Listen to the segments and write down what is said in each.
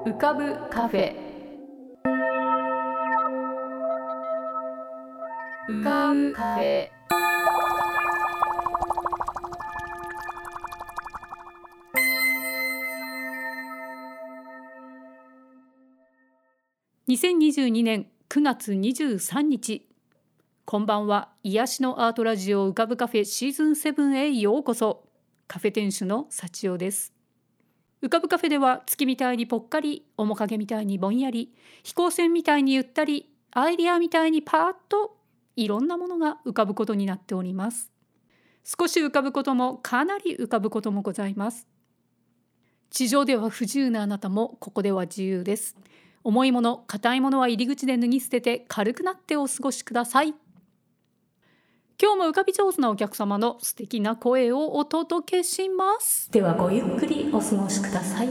浮かぶカフェ。浮かぶカフェ。2022年9月23日。こんばんは。癒しのアートラジオ浮かぶカフェシーズン7へようこそ。カフェ店主の幸代です。浮かぶカフェでは月みたいにぽっかり、面影みたいにぼんやり、飛行船みたいにゆったり、アイデアみたいにパーッといろんなものが浮かぶことになっております。少し浮かぶこともかなり浮かぶこともございます。地上では不自由なあなたもここでは自由です。重いもの、硬いものは入り口で脱ぎ捨てて軽くなってお過ごしください。今日も浮かび上手なお客様の素敵な声をお届けします。ではごゆっくりお過ごしください。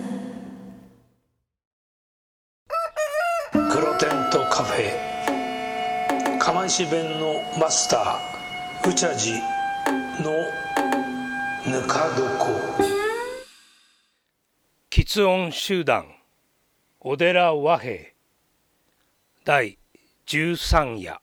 黒テントカフェ、釜石弁のマスター、うちゃじのぬか床。 喫音集団小寺和平第13夜。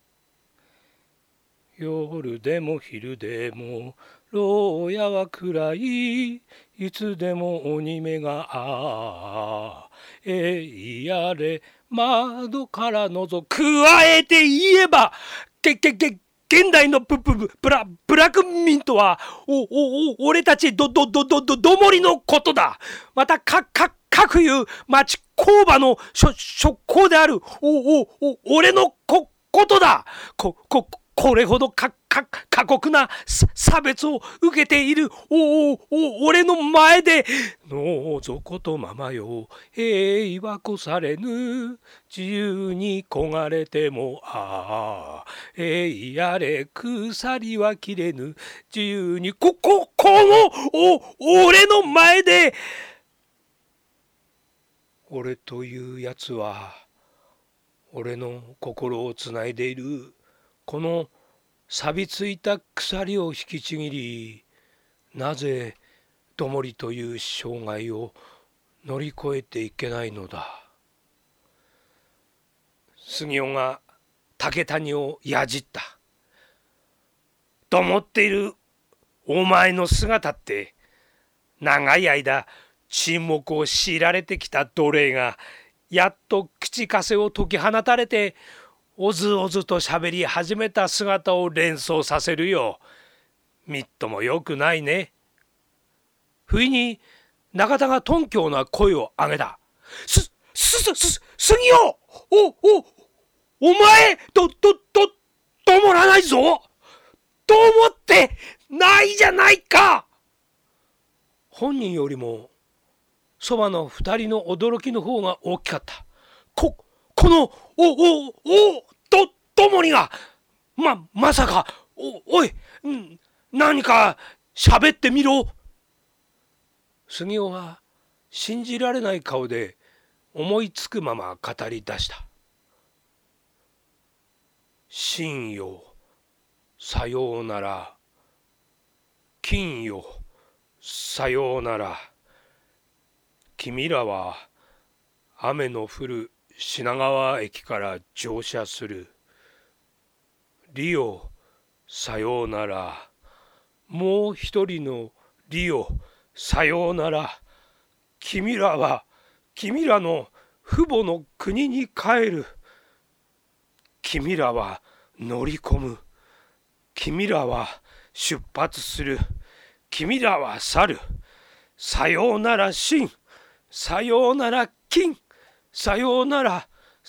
夜でも昼でも牢屋は暗い、いつでも鬼目がやれ窓から覗く。加えて言えば現代のブラックミントは俺たちどもりのことだ。また各いう町工場の職工である俺のことだ。これほど過酷な差別を受けている俺の前で、のぞことままよ平和こされぬ、自由に焦がれてもやれ鎖は切れぬ、自由にこの俺の前で。俺というやつは俺の心をつないでいるこの錆びついた鎖を引きちぎり、なぜどもりという障害を乗り越えていけないのだ。杉尾が竹谷をやじった。と思っているお前の姿って、長い間沈黙を強いられてきた奴隷がやっと口枷を解き放たれておずおずと喋り始めた姿を連想させるよ。みっともよくないね。不意に中田が頓強な声を上げた。杉尾、お前どもらないぞと思ってないじゃないか。本人よりもそばの二人の驚きの方が大きかった。このともりがまさかおい何か喋ってみろ。杉尾が信じられない顔で思いつくまま語り出した。真よさようなら、金よさようなら、君らは雨の降る品川駅から乗車する。リオさようなら、もう一人のリオさようなら、君らは君らの父母の国に帰る。君らは乗り込む。君らは出発する。君らは去る。さようなら真、さようなら金、さようなら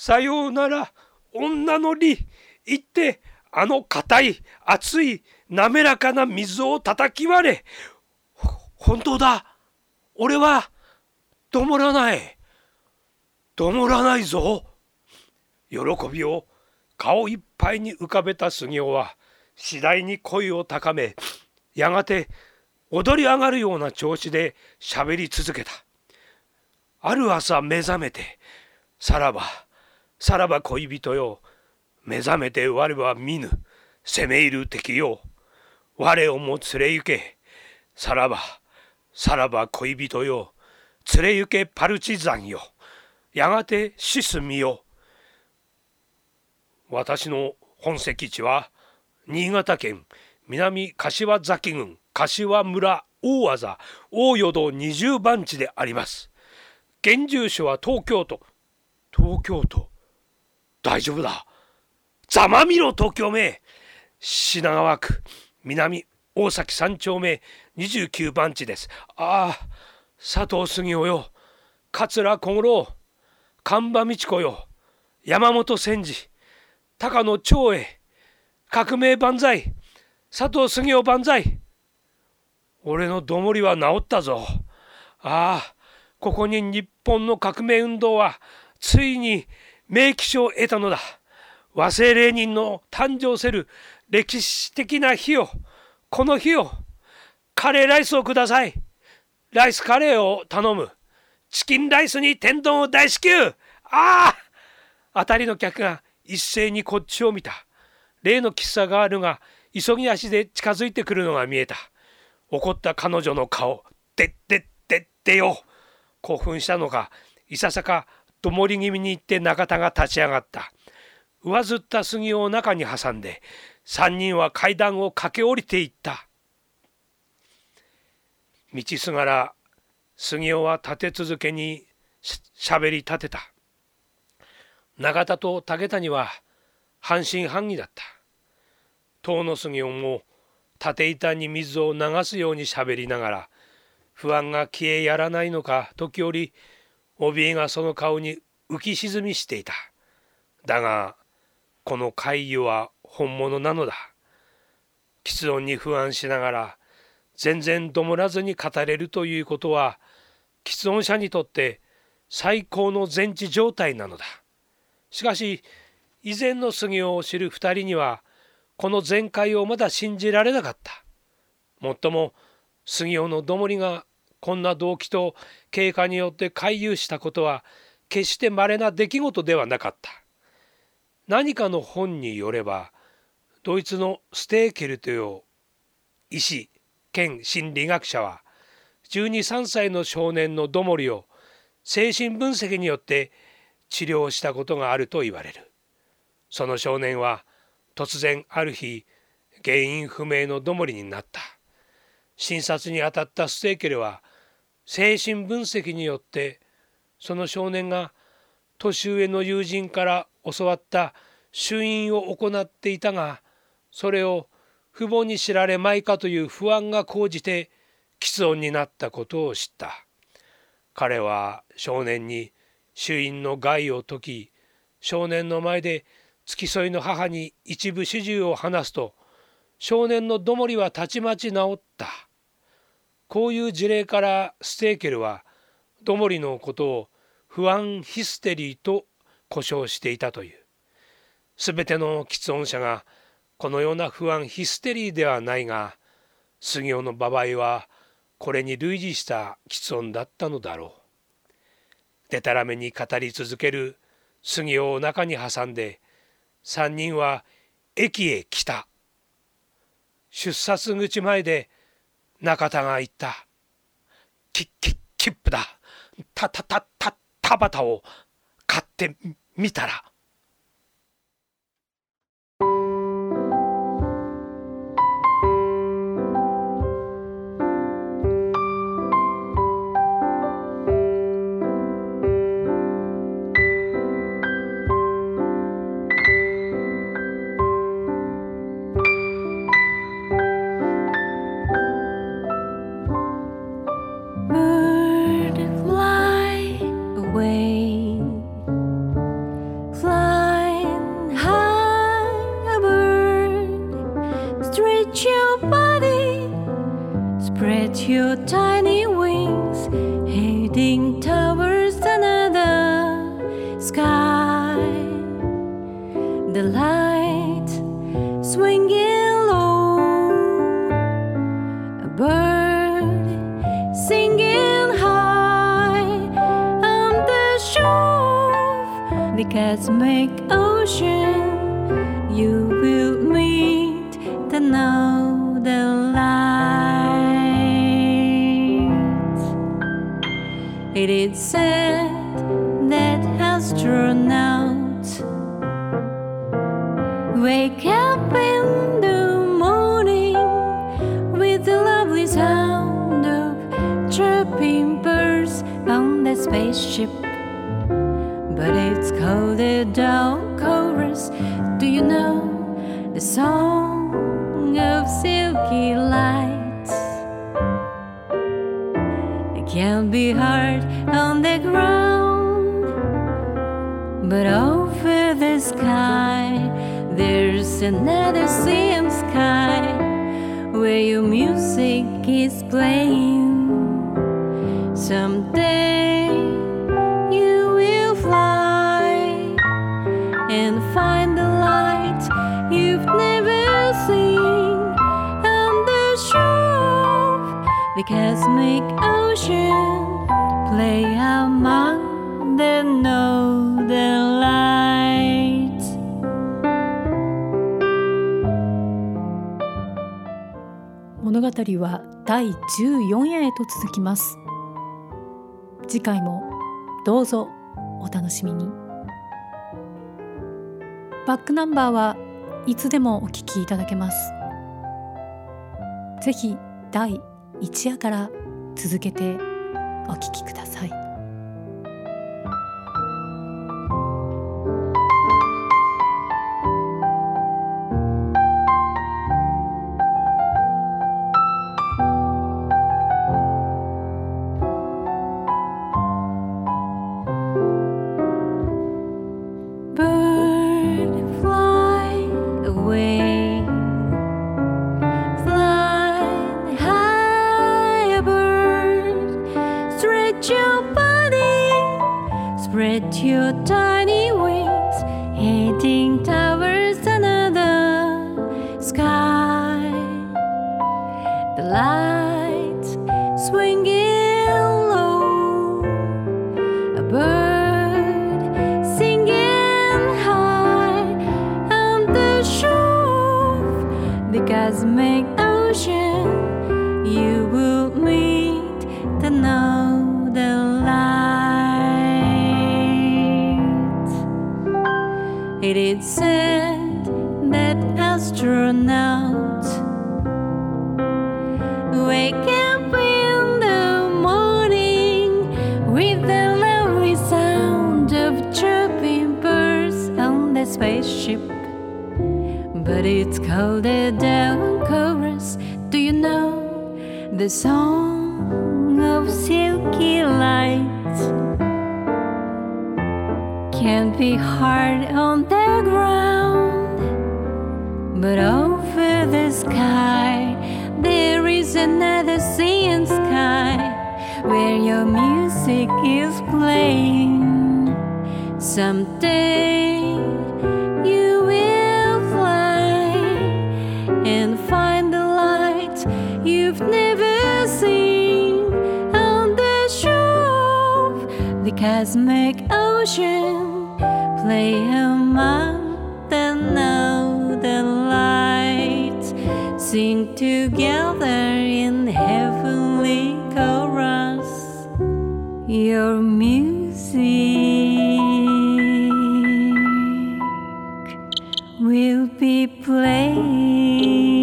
女の利。言ってあの硬い熱い滑らかな水を叩き割れ。本当だ、俺はどもらないぞ。喜びを顔いっぱいに浮かべた杉尾は次第に声を高め、やがて踊り上がるような調子で喋り続けた。ある朝目覚めて、さらば恋人よ、目覚めて我は見ぬ攻め入る敵よ、我をも連れ行け。さらば恋人よ、連れ行けパルチザンよ、 やがて死みよ。私の本籍地は新潟県南柏崎郡柏村大字大淀20番地であります。現住所は東京都。東京都、大丈夫だ。ざまみろ東京名。品川区南大崎3丁目29番地です。ああ、佐藤杉雄よ、桂小五郎、神場美智子よ、山本千治、高野長英、革命万歳、佐藤杉雄万歳。俺のどもりは治ったぞ。ああ、ここに日本の革命運動はついに名起所を得たのだ。和製レーニンの誕生せる歴史的な日よ。この日よ。カレーライスをください。ライスカレーを頼む。チキンライスに天丼を大至急。ああ、あたりの客が一斉にこっちを見た。例の喫茶ガールが急ぎ足で近づいてくるのが見えた。怒った彼女の顔、でよ。興奮したのか、いささかどもり気味に言って中田が立ち上がった。上ずった杉を中に挟んで、3人は階段を駆け下りていった。道すがら杉尾は立て続けにしゃべり立てた。永田と武谷は半信半疑だった。遠野杉尾も縦板に水を流すようにしゃべりながら、不安が消えやらないのか、時折怯えがその顔に浮き沈みしていた。だがこの怪異は本物なのだ。喫音に不安しながら全然どもらずに語れるということは、喫音者にとって最高の全知状態なのだ。しかし以前の杉尾を知る二人にはこの全快をまだ信じられなかった。もっとも杉尾のどもりがこんな動機と経過によって回遊したことは決して稀な出来事ではなかった。何かの本によれば、ドイツのステーケルという医師兼心理学者は、12、13歳の少年のどもりを精神分析によって治療したことがあると言われる。その少年は突然ある日、原因不明のどもりになった。診察に当たったステーケルは精神分析によってその少年が年上の友人から教わった修院を行っていたが、それを父母に知られまいかという不安が高じて喫音になったことを知った。彼は少年に修院の害を解き、少年の前で付き添いの母に一部始終を話すと、少年のどもりはたちまち治った。こういう事例からステーケルはどもりのことを不安ヒステリーと呼称していたという。すべての喫音者がこのような不安ヒステリーではないが、杉尾の場合はこれに類似した喫音だったのだろう。でたらめに語り続ける杉尾を中に挟んで、3人は駅へ来た。出札口前で中田が言った。切符だ。田畑を買ってみたら。 Your tiny wings heading towards another sky. The light swinging low, a bird singing high on the shore. The cosmic ocean, you will meet the northern light. It is said that spaceship, but it's called a down chorus. Do you know the song of silky lights? It can be hard on the ground, but over the sky there's another same sky where your music is playing. Someday you will fly and find the light you've never seen on the shore. The cosmic ocean play among the northern lights. 物語は第14夜へと続きます。次回もどうぞお楽しみに。バックナンバーはいつでもお聞きいただけます。ぜひ第1夜から続けてお聞きください。 Spread your tiny wings, heading towards another sky. The lights swinging low, a bird singing high on the shore. The cosmic ocean, you will meet the northern lights. It is said that astronauts wake up in the morning with the lovely sound of chirping birds on the spaceship, but it's called a down chorus. Do you know the song of silky lights? Can be hard on the ground, but over the sky there is another sea and sky where your music is playing. Someday you will fly and find the light you've never seen on the shore. The cosmic ocean play among the northern lights, sing together in heavenly chorus. Your music will be playing.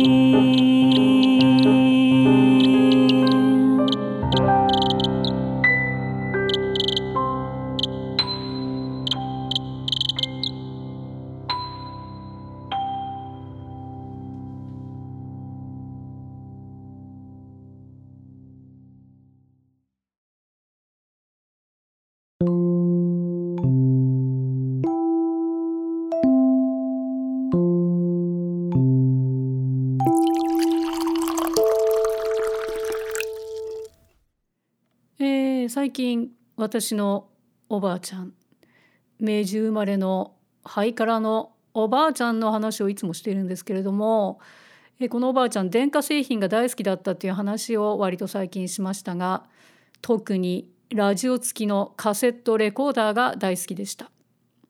最近私のおばあちゃん、明治生まれのハイカラのおばあちゃんの話をいつもしているんですけれども、このおばあちゃん電化製品が大好きだったという話を割と最近しましたが、特にラジオ付きのカセットレコーダーが大好きでした。こ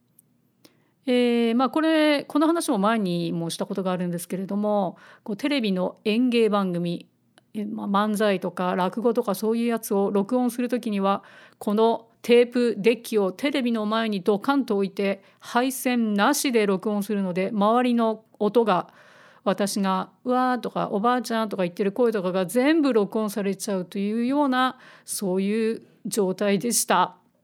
の話も前にもしたことがあるんですけれども、テレビの演芸番組、漫才とか落語とかそういうやつを録音するときには、このテープデッキをテレビの前にドカンと置いて配線なしで録音するので、周りの音が私がうわーとかおばあちゃんとか言ってる声とかが全部録音されちゃうというような、そういう状態でした。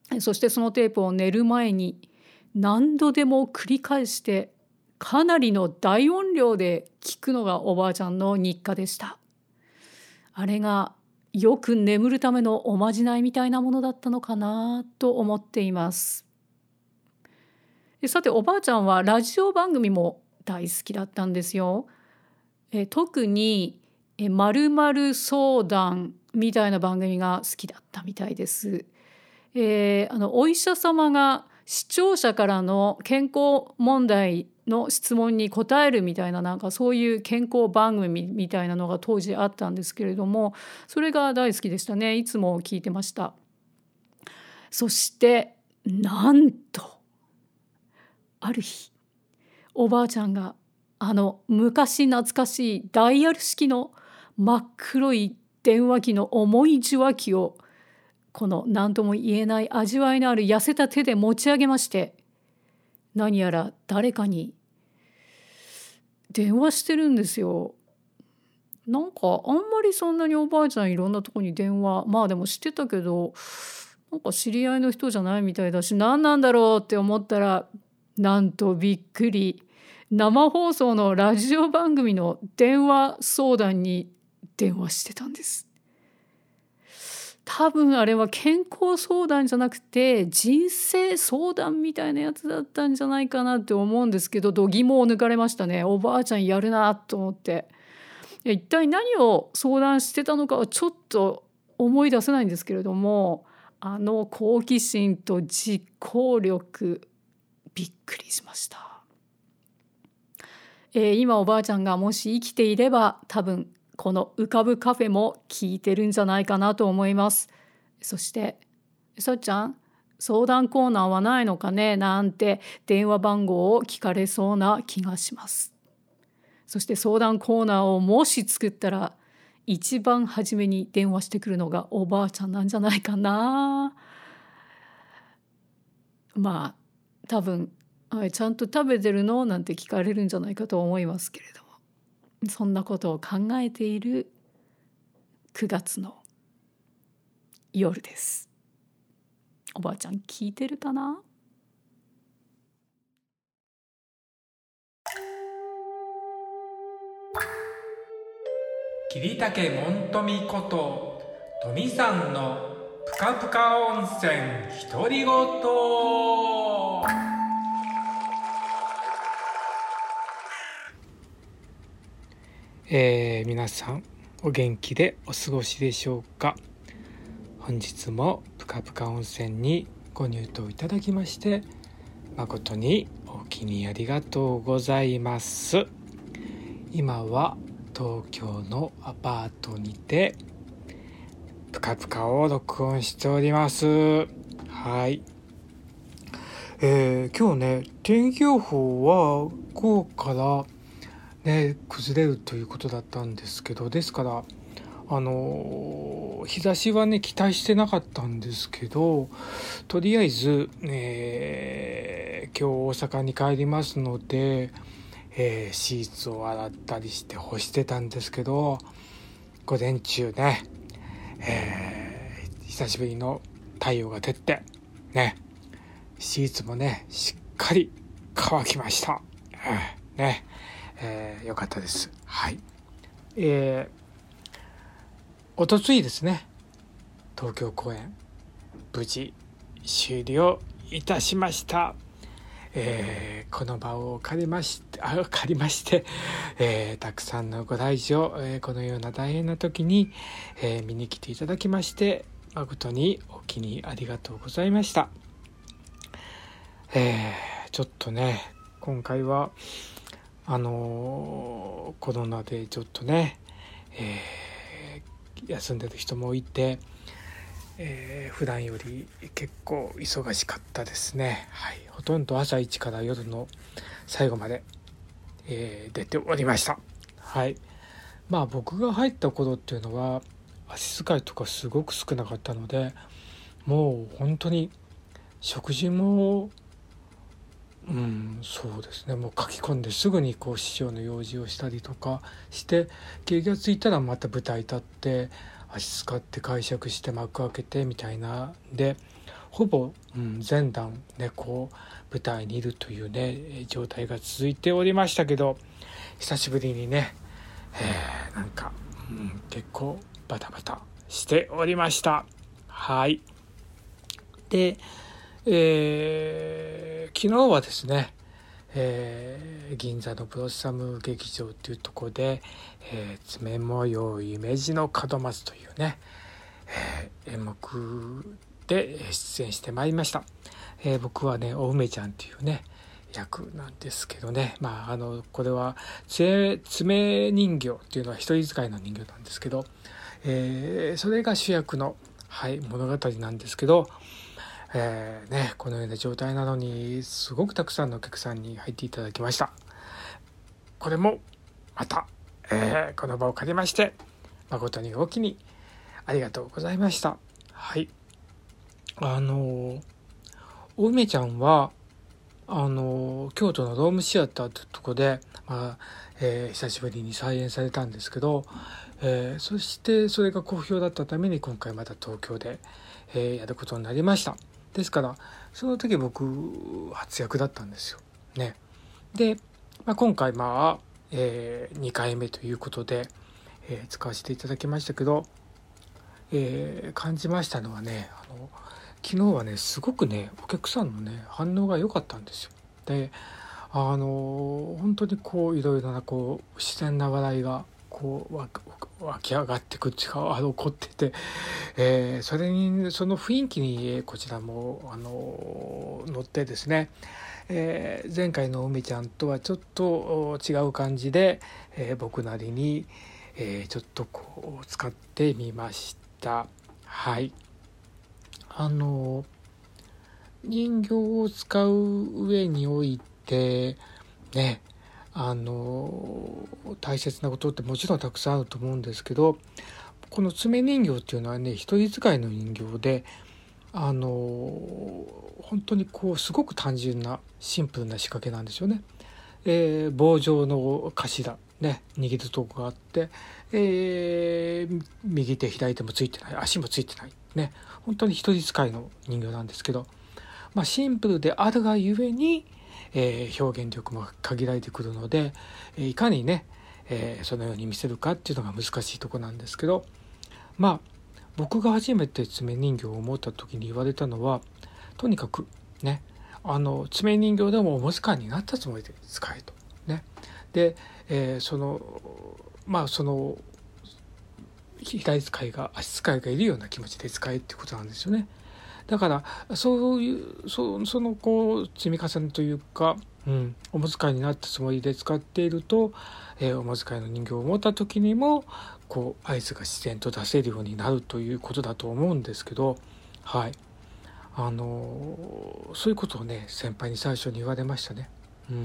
そしてそのテープを寝る前に何度でも繰り返してかなりの大音量で聞くのがおばあちゃんの日課でした。あれがよく眠るためのおまじないみたいなものだったのかなと思っています。さて、おばあちゃんはラジオ番組も大好きだったんですよ。特に〇〇相談みたいな番組が好きだったみたいです。お医者様が視聴者からの健康問題の質問に答えるみたいな、なんかそういう健康番組みたいなのが当時あったんですけれども、それが大好きでしたね。いつも聞いてました。そしてなんとある日、おばあちゃんが昔懐かしいダイヤル式の真っ黒い電話機の重い受話器をこの何とも言えない味わいのある痩せた手で持ち上げまして、何やら誰かに電話してるんですよ。なんかあんまりそんなにおばあちゃんいろんなとこに電話でもしてたけど、なんか知り合いの人じゃないみたいだし、何なんだろうって思ったら、なんとびっくり、生放送のラジオ番組の電話相談に電話してたんです。多分あれは健康相談じゃなくて人生相談みたいなやつだったんじゃないかなって思うんですけど、度肝を抜かれましたね。おばあちゃんやるなと思って。一体何を相談してたのかはちょっと思い出せないんですけれども、好奇心と実行力、びっくりしました。今おばあちゃんがもし生きていれば、多分この浮かぶカフェも聞いてるんじゃないかなと思います。そしてさっちゃん、相談コーナーはないのかねなんて電話番号を聞かれそうな気がします。そして相談コーナーをもし作ったら、一番初めに電話してくるのがおばあちゃんなんじゃないかな。多分ちゃんと食べてるのなんて聞かれるんじゃないかと思いますけれども、そんなことを考えている9月の夜です。おばあちゃん聞いてるかな？ 桐竹門富こと富さんのぷかぷか温泉独り言。皆さんお元気でお過ごしでしょうか。本日もぷかぷか温泉にご入湯いただきまして誠にお気にありがとうございます。今は東京のアパートにてぷかぷかを録音しております。はい、今日ね、天気予報は午後からね崩れるということだったんですけど、ですから日差しはね期待してなかったんですけど、とりあえず、今日大阪に帰りますので、シーツを洗ったりして干してたんですけど、午前中ね、久しぶりの太陽が照ってね、シーツもねしっかり乾きました。ね、よかったです。はい。おとついですね、東京公演無事終了いたしました。この場を借りまして、たくさんのご来場、このような大変な時に、見に来ていただきまして誠にお気にありがとうございました。ちょっとね今回はコロナでちょっとね、休んでる人もいて、普段より結構忙しかったですね。はい、ほとんど朝一から夜の最後まで、出ておりました。はい。僕が入った頃っていうのは足遣いとかすごく少なかったので、もう本当に食事もそうですね、もう書き込んですぐに師匠の用事をしたりとかして気がついたらまた舞台立って足使って解釈して幕開けてみたいなで、 ほぼ、全段ねこう舞台にいるというね状態が続いておりましたけど、久しぶりにね、なんか、結構バタバタしておりました。はい。で、昨日はですね、銀座のブロッサム劇場というところで、爪模様夢路の門松というね、演目で出演してまいりました。僕はねお梅ちゃんというね役なんですけどね、これは爪人形っていうのは一人使いの人形なんですけど、それが主役の、物語なんですけど、このような状態なのにすごくたくさんのお客さんに入っていただきました。これもまた、この場を借りまして誠に大きにありがとうございました。はい。お梅ちゃんは京都のロームシアターというところで、久しぶりに再演されたんですけど、そしてそれが好評だったために今回また東京で、やることになりました。ですからその時僕初役だったんですよね。で、今回2回目ということで、使わせていただきましたけど、感じましたのはね、昨日はねすごくねお客さんのね反応が良かったんですよ。で本当にこういろいろなこう自然な笑いがこう湧き上がってくるっていうか起こってて、それにその雰囲気にこちらも乗ってですね、前回の梅ちゃんとはちょっと違う感じで、僕なりに、ちょっとこう使ってみました。はい。人形を使う上においてね、大切なことってもちろんたくさんあると思うんですけど、この爪人形っていうのはね一人使いの人形で本当にこうすごく単純なシンプルな仕掛けなんですよね。棒状の頭ね握るとこがあって、右手左手もついてない、足もついてないね、本当に一人使いの人形なんですけど、シンプルであるがゆえに、表現力も限られてくるので、いかにね、そのように見せるかっていうのが難しいところなんですけど、僕が初めて爪人形を持った時に言われたのは、とにかくね爪人形でもおむつ替えになったつもりで使えとね。で、その左使いが足使いがいるような気持ちで使えっていうことなんですよね。だからそういうそのこう積み重ねというか、おむつ替えになったつもりで使っていると、おむつ替えの人形を持った時にもこう合図が自然と出せるようになるということだと思うんですけど、はい、そういうことをね先輩に最初に言われましたね。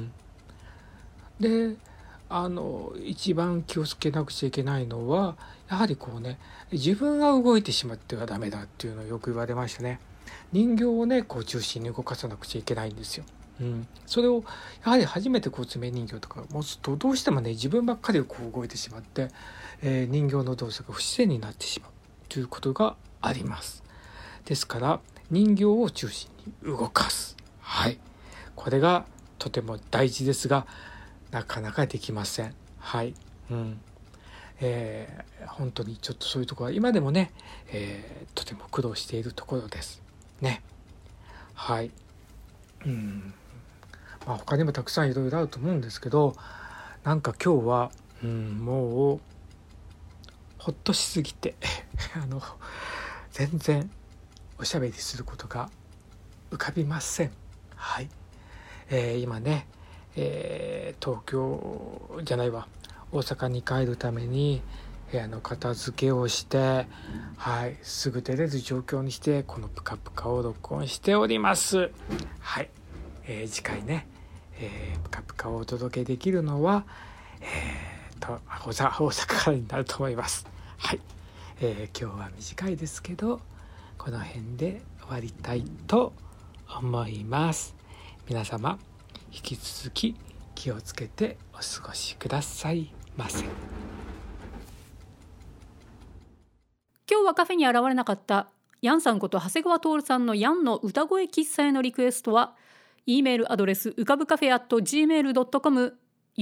で一番気をつけなくちゃいけないのはやはりこうね自分が動いてしまってはダメだっていうのをよく言われましたね。人形をねこう中心に動かさなくちゃいけないんですよ。それをやはり初めてこう爪人形とか持つとどうしてもね自分ばっかりこう動いてしまって、人形の動作が不自然になってしまうということがあります。ですから人形を中心に動かす、これがとても大事ですがなかなかできません。本当にちょっとそういうところは今でもね、とても苦労しているところですね。他にもたくさんいろいろあると思うんですけど、なんか今日は、もうほっとしすぎて全然おしゃべりすることが浮かびません。今ね、東京じゃないわ大阪に帰るために部屋の片付けをして、すぐ出れる状況にしてこのプカプカを録音しております。次回ね、プカプカをお届けできるのは、大阪からになると思います。今日は短いですけどこの辺で終わりたいと思います。皆様引き続き気をつけてお過ごしくださいませ。 今日はカフェに現れなかったヤンさんこと長谷川徹さんのヤンの歌声喫茶へのリクエストは E メールアドレスうかぶカフェ @gmail.com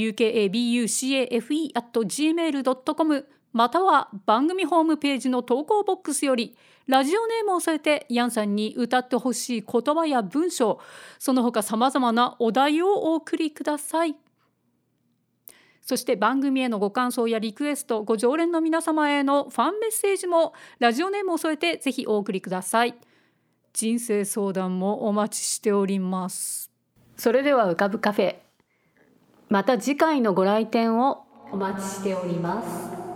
ukabucafe@gmail.com または番組ホームページの投稿ボックスよりラジオネームを添えてヤンさんに歌ってほしい言葉や文章、その他さまざまなお題をお送りください。そして番組へのご感想やリクエスト、ご常連の皆様へのファンメッセージもラジオネームを添えてぜひお送りください。人生相談もお待ちしております。それではうかぶカフェ、また次回のご来店をお待ちしております。